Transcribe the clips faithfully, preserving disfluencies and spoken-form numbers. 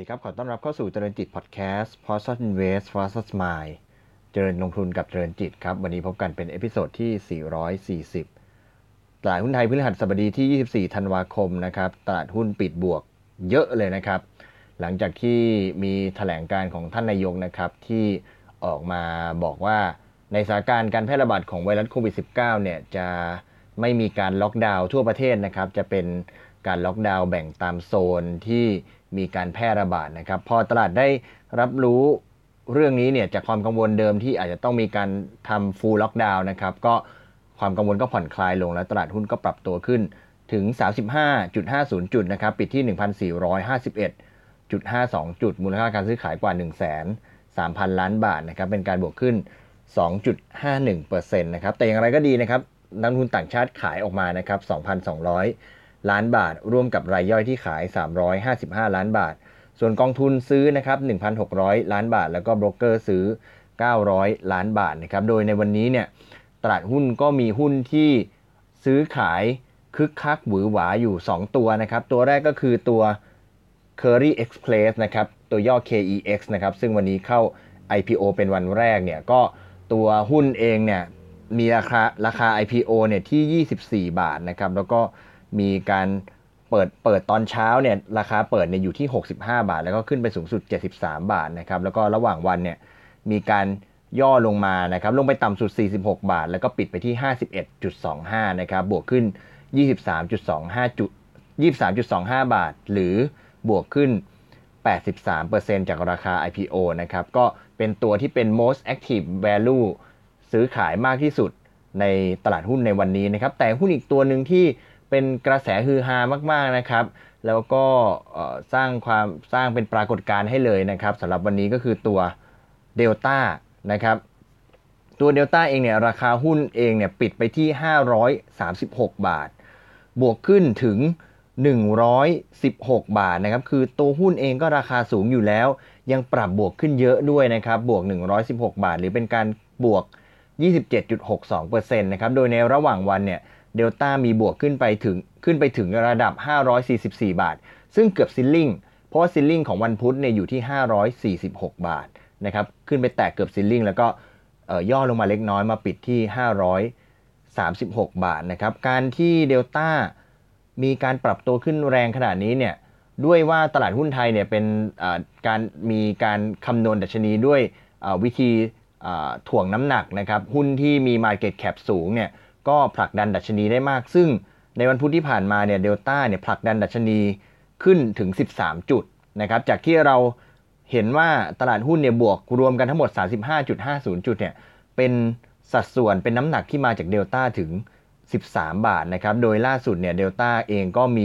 ดีครับขอต้อนรับเข้าสู่เจริญจิตพอดแคสต์ Process Invest Process Mind เจริญลงทุนกับเจริญจิตครับวันนี้พบกันเป็นเอพิโซดที่สี่ร้อยสี่สิบตลาดหุ้นไทยพฤหัสบดีที่ยี่สิบสี่ธันวาคมนะครับตลาดหุ้นปิดบวกเยอะเลยนะครับหลังจากที่มีแถลงการของท่านนายกนะครับที่ออกมาบอกว่าในสถานการณ์การแพร่ระบาดของไวรัสโควิด สิบเก้า เนี่ยจะไม่มีการล็อกดาวน์ทั่วประเทศนะครับจะเป็นการล็อกดาวน์แบ่งตามโซนที่มีการแพร่ระบาดนะครับพอตลาดได้รับรู้เรื่องนี้เนี่ยจากความกังวลเดิมที่อาจจะต้องมีการทำฟูลล็อกดาวน์นะครับก็ความกังวลก็ผ่อนคลายลงแล้วตลาดหุ้นก็ปรับตัวขึ้นถึง สามสิบห้าจุดห้าศูนย์ จุดนะครับปิดที่ หนึ่งพันสี่ร้อยห้าสิบเอ็ดจุดห้าสอง จุดมูลค่าการซื้อขายกว่า หนึ่งแสนสามพัน ล้านบาทนะครับเป็นการบวกขึ้น สองจุดห้าหนึ่งเปอร์เซ็นต์ นะครับแต่อย่างไรก็ดีนะครับนักลงทุนต่างชาติขายออกมานะครับ สองพันสองร้อย ล้านบาทร่วมกับรายย่อยที่ขายสามร้อยห้าสิบห้าล้านบาทส่วนกองทุนซื้อนะครับ หนึ่งพันหกร้อย ล้านบาทแล้วก็โบรกเกอร์ซื้อเก้าร้อยล้านบาทนะครับโดยในวันนี้เนี่ยตลาดหุ้นก็มีหุ้นที่ซื้อขายคึกคักหวือหวาอยู่สองตัวนะครับตัวแรกก็คือตัว Curry Express นะครับตัวย่อ เค อี เอ็กซ์ นะครับซึ่งวันนี้เข้า ไอ พี โอ เป็นวันแรกเนี่ยก็ตัวหุ้นเองเนี่ยมีราคาราคา ไอ พี โอ เนี่ยที่ยี่สิบสี่บาทนะครับแล้วก็มีการเปิดเปิดตอนเช้าเนี่ยราคาเปิดเนี่ยอยู่ที่หกสิบห้าบาทแล้วก็ขึ้นไปสูงสุดเจ็ดสิบสามบาทนะครับแล้วก็ระหว่างวันเนี่ยมีการย่อลงมานะครับลงไปต่ำสุดสี่สิบหกบาทแล้วก็ปิดไปที่ ห้าสิบเอ็ดจุดสองห้า นะครับบวกขึ้น ยี่สิบสามจุดสองห้า จุด ยี่สิบสามจุดสองห้า บาทหรือบวกขึ้น แปดสิบสามเปอร์เซ็นต์ จากราคา ไอ พี โอ นะครับก็เป็นตัวที่เป็น most active value ซื้อขายมากที่สุดในตลาดหุ้นในวันนี้นะครับแต่หุ้นอีกตัวหนึ่งที่เป็นกระแสฮือฮามากๆนะครับแล้วก็สร้างความสร้างเป็นปรากฏการณ์ให้เลยนะครับสำหรับวันนี้ก็คือตัว Delta นะครับตัว Delta เองเนี่ยราคาหุ้นเองเนี่ยปิดไปที่ห้าร้อยสามสิบหกบาทบวกขึ้นถึงหนึ่งร้อยสิบหกบาทนะครับคือตัวหุ้นเองก็ราคาสูงอยู่แล้วยังปรับบวกขึ้นเยอะด้วยนะครับบวกหนึ่งร้อยสิบหกบาทหรือเป็นการบวก ยี่สิบเจ็ดจุดหกสองเปอร์เซ็นต์ นะครับโดยในระหว่างวันเนี่ยเดลต้ามีบวกขึ้นไปถึงขึ้นไปถึงระดับห้าร้อยสี่สิบสี่บาทซึ่งเกือบซิลลิ่งเพราะว่าซิลลิ่งของวันพุธเนี่ยอยู่ที่ห้าร้อยสี่สิบหกบาทนะครับขึ้นไปแตะเกือบซิลลิ่งแล้วก็ย่อลงมาเล็กน้อยมาปิดที่ห้าร้อยสามสิบหกบาทนะครับการที่เดลต้ามีการปรับตัวขึ้นแรงขนาดนี้เนี่ยด้วยว่าตลาดหุ้นไทยเนี่ยเป็นการมีการคำนวณดัชนีด้วยวิธีถ่วงน้ำหนักนะครับหุ้นที่มี Market Cap สูงเนี่ยก็ผลักดันดัชนีได้มากซึ่งในวันพุธที่ผ่านมาเนี่ยเดลต้าเนี่ยผลักดันดัชนีขึ้นถึงสิบสามจุดนะครับจากที่เราเห็นว่าตลาดหุ้นเนี่ยบวกรวมกันทั้งหมด สามสิบห้าจุดห้าศูนย์ จุดเนี่ยเป็นสัดส่วนเป็นน้ำหนักที่มาจากเดลต้าถึงสิบสามบาทนะครับโดยล่าสุดเนี่ยเดลต้าเองก็มี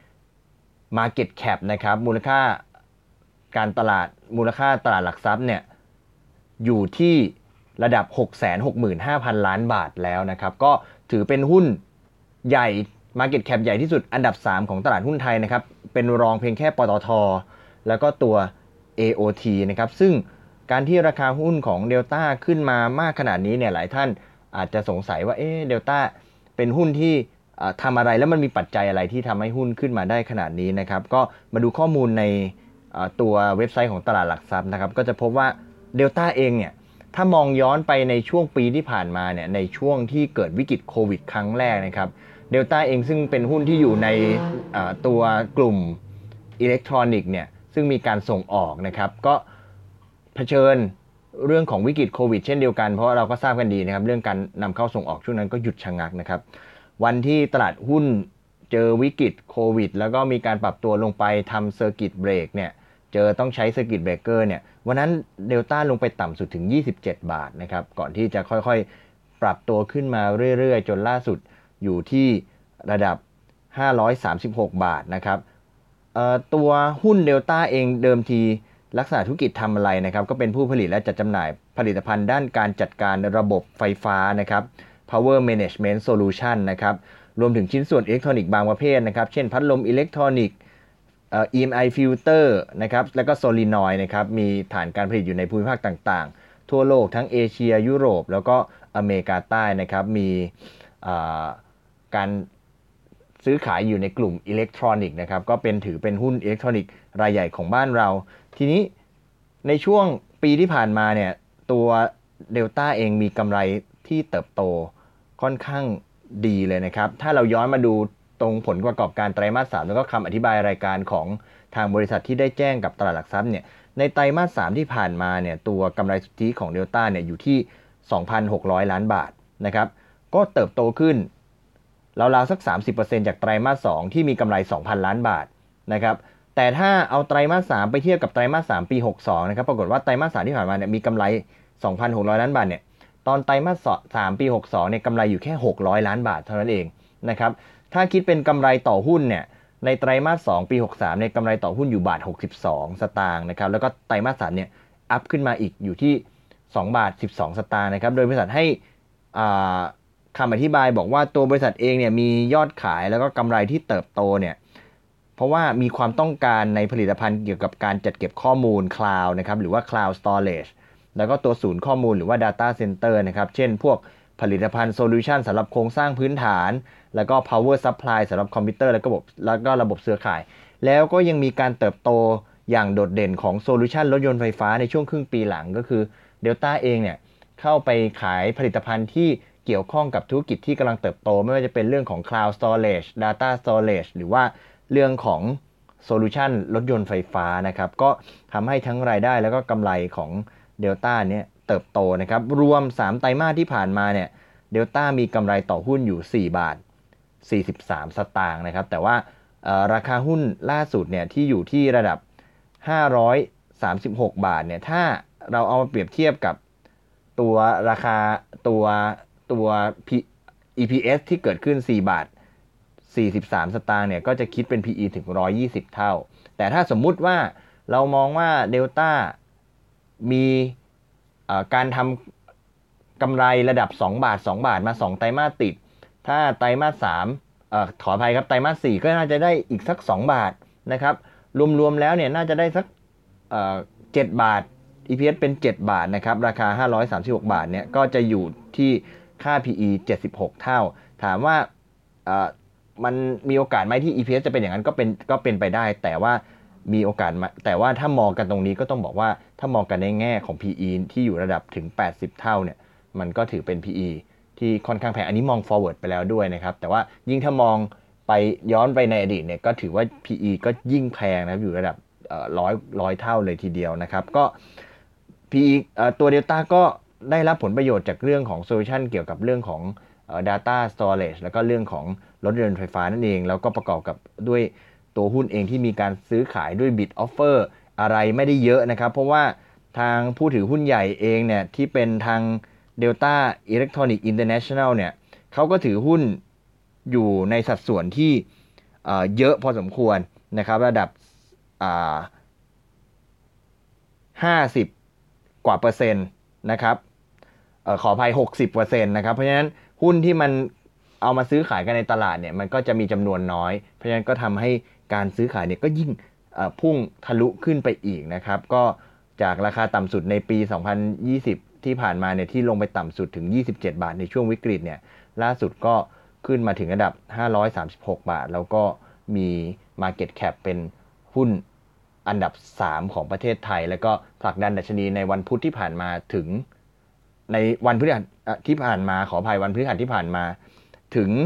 Market Cap นะครับมูลค่าการตลาดมูลค่าตลาดหลักทรัพย์เนี่ยอยู่ที่ระดับ หกแสนหกหมื่นห้าพัน ล้านบาทแล้วนะครับก็ถือเป็นหุ้นใหญ่ Market Cap ใหญ่ที่สุดอันดับสามของตลาดหุ้นไทยนะครับเป็นรองเพียงแค่ปตท.แล้วก็ตัว เอ โอ ที นะครับซึ่งการที่ราคาหุ้นของ Delta ขึ้นมามากขนาดนี้เนี่ยหลายท่านอาจจะสงสัยว่าเอ๊ะ Delta เป็นหุ้นที่ทำอะไรแล้วมันมีปัจจัยอะไรที่ทำให้หุ้นขึ้นมาได้ขนาดนี้นะครับก็มาดูข้อมูลในตัวเว็บไซต์ของตลาดหลักทรัพย์นะครับก็จะพบว่า Delta เองเนี่ยถ้ามองย้อนไปในช่วงปีที่ผ่านมาเนี่ยในช่วงที่เกิดวิกฤตโควิดครั้งแรกนะครับเดลต้าเองซึ่งเป็นหุ้นที่อยู่ในตัวกลุ่มอิเล็กทรอนิกส์เนี่ยซึ่งมีการส่งออกนะครับก็เผชิญเรื่องของวิกฤตโควิดเช่นเดียวกันเพราะเราก็ทราบกันดีนะครับเรื่องการนำเข้าส่งออกช่วงนั้นก็หยุดชะงักนะครับวันที่ตลาดหุ้นเจอวิกฤตโควิดแล้วก็มีการปรับตัวลงไปทำเซอร์กิตเบรกเนี่ยเจอต้องใช้เซอร์กิตเบรกเกอร์เนี่ยวันนั้นเดลต้าลงไปต่ำสุดถึงยี่สิบเจ็ดบาทนะครับก่อนที่จะค่อยๆปรับตัวขึ้นมาเรื่อยๆจนล่าสุดอยู่ที่ระดับห้าร้อยสามสิบหกบาทนะครับตัวหุ้นเดลต้าเองเดิมทีลักษณะธุรกิจทำอะไรนะครับก็เป็นผู้ผลิตและจัดจำหน่ายผลิตภัณฑ์ด้านการจัดการระบบไฟฟ้านะครับ Power Management Solution นะครับรวมถึงชิ้นส่วนอิเล็กทรอนิกส์บางประเภทนะครับเช่นพัดลมอิเล็กทรอนิกส์เอ่อ อี เอ็ม ไอ filter นะครับแล้วก็โซลินอยด์นะครับมีฐานการผลิตอยู่ในภูมิภาคต่างๆทั่วโลกทั้งเอเชียยุโรปแล้วก็อเมริกาใต้นะครับมีการซื้อขายอยู่ในกลุ่มอิเล็กทรอนิกส์นะครับก็เป็นถือเป็นหุ้นอิเล็กทรอนิกส์รายใหญ่ของบ้านเราทีนี้ในช่วงปีที่ผ่านมาเนี่ยตัวเดลต้าเองมีกำไรที่เติบโตค่อนข้างดีเลยนะครับถ้าเราย้อนมาดูตรงผลประกอบการไตรมาสสามแล้วก็คำอธิบายรายการของทางบริษัทที่ได้แจ้งกับตลาดหลักทรัพย์เนี่ยในไตรมาสสามที่ผ่านมาเนี่ยตัวกำไรสุทธิของเดลต้าเนี่ยอยู่ที่ สองพันหกร้อย ล้านบาทนะครับก็เติบโตขึ้นราวๆสัก สามสิบเปอร์เซ็นต์ จากไตรมาสสองที่มีกำไร สองพัน ล้านบาทนะครับแต่ถ้าเอาไตรมาสสามไปเทียบกับไตรมาสสามปีหกสิบสองนะครับปรากฏว่าไตรมาสสามที่ผ่านมาเนี่ยมีกำไร สองพันหกร้อย ล้านบาทเนี่ยตอนไตรมาสสามปีหกสิบสองเนี่ยกำไรอยู่แค่หกร้อยล้านบาทเท่านั้นเองนะครับถ้าคิดเป็นกำไรต่อหุ้นเนี่ยในไตรมาสสองปีหกสิบสามเนี่ยกำไรต่อหุ้นอยู่บาทหกสิบสองสตางค์นะครับแล้วก็ไตรมาสสามเนี่ยอัพขึ้นมาอีกอยู่ที่สองบาทสิบสองสตางค์นะครับโดยบริษัทให้คำอธิบายบอกว่าตัวบริษัทเองเนี่ยมียอดขายแล้วก็กำไรที่เติบโตเนี่ยเพราะว่ามีความต้องการในผลิตภัณฑ์เกี่ยวกับการจัดเก็บข้อมูลคลาวด์นะครับหรือว่า Cloud Storage แล้วก็ตัวศูนย์ข้อมูลหรือว่า Data Center นะครับเช่นพวกผลิตภัณฑ์โซลูชันสำหรับโครงสร้างพื้นฐานแล้วก็ Power Supply สำหรับคอมพิวเตอร์แล้วก็ระบบแล้วก็ระบบเครือข่ายแล้วก็ยังมีการเติบโตอย่างโดดเด่นของโซลูชันรถยนต์ไฟฟ้าในช่วงครึ่งปีหลังก็คือ Delta เองเนี่ยเข้าไปขายผลิตภัณฑ์ที่เกี่ยวข้องกับธุรกิจที่กำลังเติบโตไม่ว่าจะเป็นเรื่องของ Cloud Storage Data Storage หรือว่าเรื่องของโซลูชันรถยนต์ไฟฟ้านะครับก็ทำให้ทั้งรายได้แล้วก็กำไรของ Delta เนี่ยเติบโตนะครับรวมสามไตรมาสที่ผ่านมาเนี่ย Delta มีกำไรต่อหุ้นอยู่สี่บาทสี่สิบสามสตางค์นะครับแต่ว่าราคาหุ้นล่าสุดเนี่ยที่อยู่ที่ระดับห้าร้อยสามสิบหกบาทเนี่ยถ้าเราเอามาเปรียบเทียบกับตัวราคาตัวตัว อี พี เอส ที่เกิดขึ้นสี่บาทสี่สิบสามสตางค์เนี่ยก็จะคิดเป็น พี อี ถึงหนึ่งร้อยยี่สิบเท่าแต่ถ้าสมมุติว่าเรามองว่า Delta มีการทำกำไรระดับสองบาทสองบาทมาสองไตรมาสติดถ้าไตรมาสสามเอ่อขออภัยครับไตรมาสสี่ก็น่าจะได้อีกสักสองบาทนะครับรวมๆแล้วเนี่ยน่าจะได้สักเอ่อเจ็ดบาท อี พี เอส เป็นเจ็ดบาทนะครับราคาห้าร้อยสามสิบหกบาทเนี่ยก็จะอยู่ที่ค่า พี อี เจ็ดสิบหกเท่าถามว่าเอ่อมันมีโอกาสไหมที่ อี พี เอส จะเป็นอย่างนั้นก็เป็นก็เป็นไปได้แต่ว่ามีโอกาสแต่ว่าถ้ามองกันตรงนี้ก็ต้องบอกว่าถ้ามองกันในแง่ของ พี อี ที่อยู่ระดับถึงแปดสิบเท่าเนี่ยมันก็ถือเป็น พี อี ที่ค่อนข้างแพงอันนี้มอง forward ไปแล้วด้วยนะครับแต่ว่ายิ่งถ้ามองไปย้อนไปในอดีตเนี่ยก็ถือว่า พี อี ก็ยิ่งแพงนะครับอยู่ระดับเอ่อร้อยร้อยเท่าเลยทีเดียวนะครับก็ พี อี เอ่อตัว Delta ก็ได้รับผลประโยชน์จากเรื่องของโซลูชันเกี่ยวกับเรื่องของเอ่อ Data Storage แล้วก็เรื่องของรถยนต์ไฟฟ้านั่นเองแล้วก็ประกอบกับด้วยตัวหุ้นเองที่มีการซื้อขายด้วย Bid Offer อะไรไม่ได้เยอะนะครับเพราะว่าทางผู้ถือหุ้นใหญ่เองเนี่ยที่เป็นทาง Delta Electronics International เนี่ยเขาก็ถือหุ้นอยู่ในสัดส่วนที่เอ่อเยอะพอสมควรนะครับระดับอ่าห้าสิบกว่าเปอร์เซ็นต์นะครับเอ่อขออภัย หกสิบเปอร์เซ็นต์ นะครับเพราะฉะนั้นหุ้นที่มันเอามาซื้อขายกันในตลาดเนี่ยมันก็จะมีจำนวนน้อยเพราะฉะนั้นก็ทำให้การซื้อขายเนี่ยก็ยิ่งพุ่งทะลุขึ้นไปอีกนะครับก็จากราคาต่ำสุดในปีสองพันยี่สิบที่ผ่านมาเนี่ยที่ลงไปต่ำสุดถึงยี่สิบเจ็ดบาทในช่วงวิกฤตเนี่ยล่าสุดก็ขึ้นมาถึงระดับห้าร้อยสามสิบหกบาทแล้วก็มี Market Cap เป็นหุ้นอันดับสามของประเทศไทยแล้วก็ผลักดันดัชนีในวันพุธที่ผ่านมาถึงในวันพฤหัสที่ผ่านมาขออภัยวันพฤหัสที่ผ่านมาถึง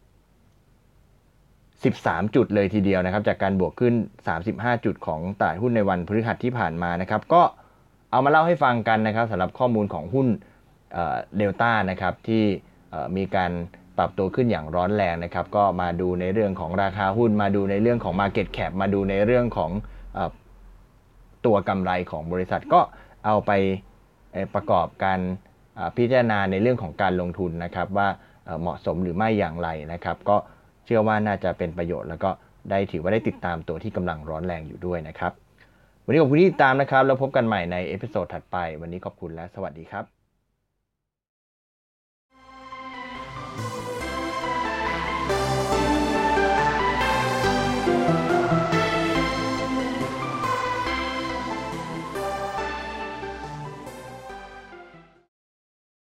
สิบสามจุดเลยทีเดียวนะครับจากการบวกขึ้นสามสิบห้าจุดของตลาดหุ้นในวันพฤหัสที่ผ่านมานะครับก็เอามาเล่าให้ฟังกันนะครับสำหรับข้อมูลของหุ้นเดลต้านะครับที่มีการปรับตัวขึ้นอย่างร้อนแรงนะครับก็มาดูในเรื่องของราคาหุ้นมาดูในเรื่องของ Market Cap มาดูในเรื่องของตัวกำไรของบริษัทก็เอาไปประกอบการพิจารณาในเรื่องของการลงทุนนะครับว่าเหมาะสมหรือไม่อย่างไรนะครับก็เชื่อว่าน่าจะเป็นประโยชน์แล้วก็ได้ถือว่าได้ติดตามตัวที่กำลังร้อนแรงอยู่ด้วยนะครับวันนี้ขอบคุณที่ติดตามนะครับแล้วพบกันใหม่ในเอพิโซดถัดไปวันนี้ขอบคุณและสวัสดีครับ